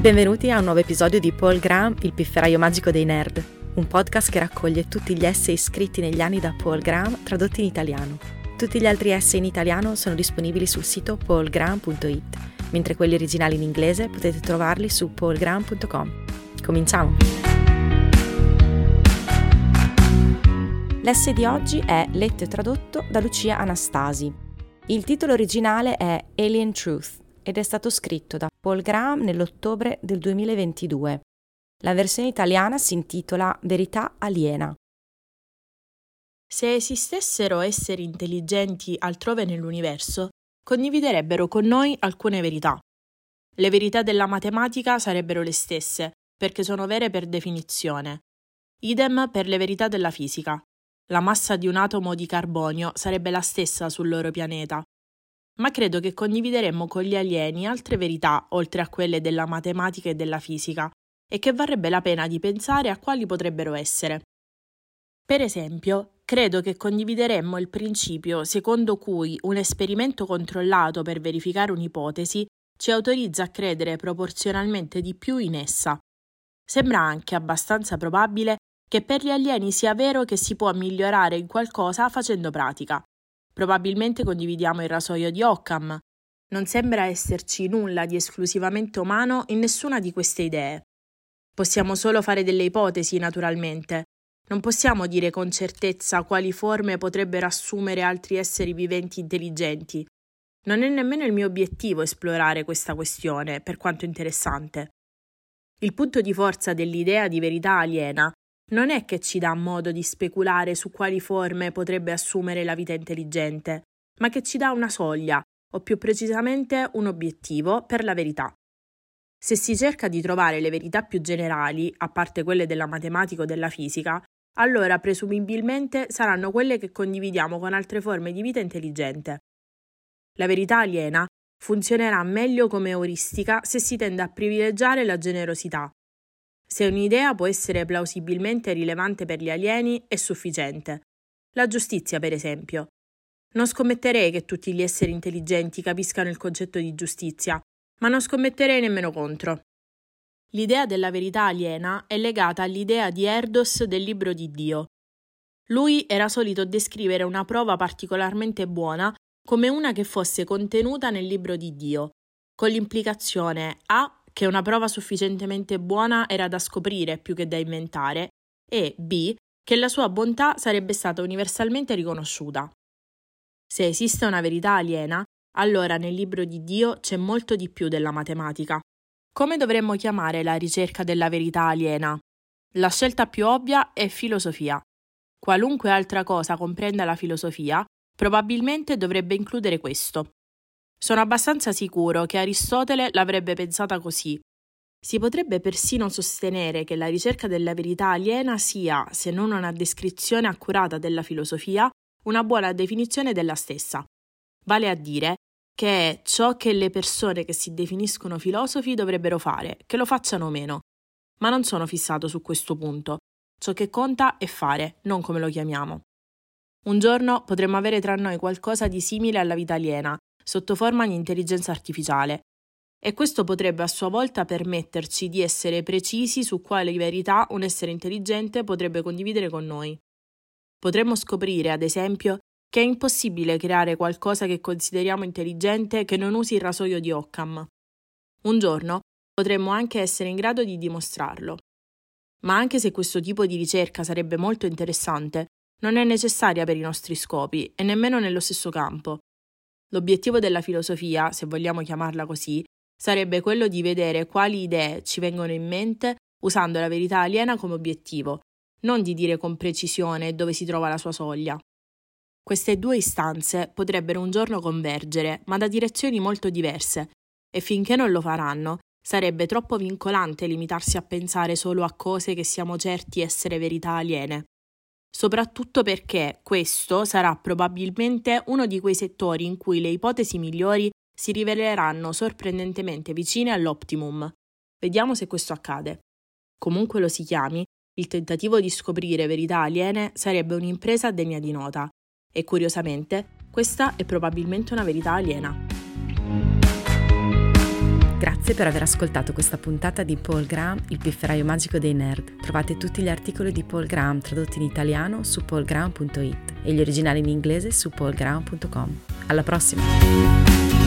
Benvenuti a un nuovo episodio di Paul Graham, il pifferaio magico dei nerd, un podcast che raccoglie tutti gli essay scritti negli anni da Paul Graham tradotti in italiano. Tutti gli altri essay in italiano sono disponibili sul sito paulgraham.it, mentre quelli originali in inglese potete trovarli su paulgraham.com. Cominciamo! L'essay di oggi è letto e tradotto da Lucia Anastasi. Il titolo originale è Alien Truth ed è stato scritto da Paul Graham nell'ottobre del 2022. La versione italiana si intitola Verità aliena. Se esistessero esseri intelligenti altrove nell'universo, condividerebbero con noi alcune verità. Le verità della matematica sarebbero le stesse, perché sono vere per definizione. Idem per le verità della fisica. La massa di un atomo di carbonio sarebbe la stessa sul loro pianeta. Ma credo che condivideremmo con gli alieni altre verità oltre a quelle della matematica e della fisica, e che varrebbe la pena di pensare a quali potrebbero essere. Per esempio, credo che condivideremmo il principio secondo cui un esperimento controllato per verificare un'ipotesi ci autorizza a credere proporzionalmente di più in essa. Sembra anche abbastanza probabile che per gli alieni sia vero che si può migliorare in qualcosa facendo pratica. Probabilmente condividiamo il rasoio di Occam. Non sembra esserci nulla di esclusivamente umano in nessuna di queste idee. Possiamo solo fare delle ipotesi, naturalmente. Non possiamo dire con certezza quali forme potrebbero assumere altri esseri viventi intelligenti. Non è nemmeno il mio obiettivo esplorare questa questione, per quanto interessante. Il punto di forza dell'idea di verità aliena non è che ci dà modo di speculare su quali forme potrebbe assumere la vita intelligente, ma che ci dà una soglia, o più precisamente un obiettivo, per la verità. Se si cerca di trovare le verità più generali, a parte quelle della matematica o della fisica, allora presumibilmente saranno quelle che condividiamo con altre forme di vita intelligente. La verità aliena funzionerà meglio come euristica se si tende a privilegiare la generosità. Se un'idea può essere plausibilmente rilevante per gli alieni, è sufficiente. La giustizia, per esempio. Non scommetterei che tutti gli esseri intelligenti capiscano il concetto di giustizia, ma non scommetterei nemmeno contro. L'idea della verità aliena è legata all'idea di Erdos del libro di Dio. Lui era solito descrivere una prova particolarmente buona come una che fosse contenuta nel libro di Dio, con l'implicazione A, che una prova sufficientemente buona era da scoprire più che da inventare, e B, che la sua bontà sarebbe stata universalmente riconosciuta. Se esiste una verità aliena, allora nel libro di Dio c'è molto di più della matematica. Come dovremmo chiamare la ricerca della verità aliena? La scelta più ovvia è filosofia. Qualunque altra cosa comprenda la filosofia, probabilmente dovrebbe includere questo. Sono abbastanza sicuro che Aristotele l'avrebbe pensata così. Si potrebbe persino sostenere che la ricerca della verità aliena sia, se non una descrizione accurata della filosofia, una buona definizione della stessa. Vale a dire che è ciò che le persone che si definiscono filosofi dovrebbero fare, che lo facciano o meno. Ma non sono fissato su questo punto. Ciò che conta è fare, non come lo chiamiamo. Un giorno potremmo avere tra noi qualcosa di simile alla vita aliena, sotto forma di intelligenza artificiale. E questo potrebbe a sua volta permetterci di essere precisi su quali verità un essere intelligente potrebbe condividere con noi. Potremmo scoprire, ad esempio, che è impossibile creare qualcosa che consideriamo intelligente che non usi il rasoio di Occam. Un giorno potremmo anche essere in grado di dimostrarlo. Ma anche se questo tipo di ricerca sarebbe molto interessante, non è necessaria per i nostri scopi e nemmeno nello stesso campo. L'obiettivo della filosofia, se vogliamo chiamarla così, sarebbe quello di vedere quali idee ci vengono in mente usando la verità aliena come obiettivo, non di dire con precisione dove si trova la sua soglia. Queste due istanze potrebbero un giorno convergere, ma da direzioni molto diverse, e finché non lo faranno, sarebbe troppo vincolante limitarsi a pensare solo a cose che siamo certi essere verità aliene. Soprattutto perché questo sarà probabilmente uno di quei settori in cui le ipotesi migliori si riveleranno sorprendentemente vicine all'optimum. Vediamo se questo accade. Comunque lo si chiami, il tentativo di scoprire verità aliene sarebbe un'impresa degna di nota. E curiosamente, questa è probabilmente una verità aliena. Grazie per aver ascoltato questa puntata di Paul Graham, il pifferaio magico dei nerd. Trovate tutti gli articoli di Paul Graham tradotti in italiano su paulgraham.it e gli originali in inglese su paulgraham.com. Alla prossima!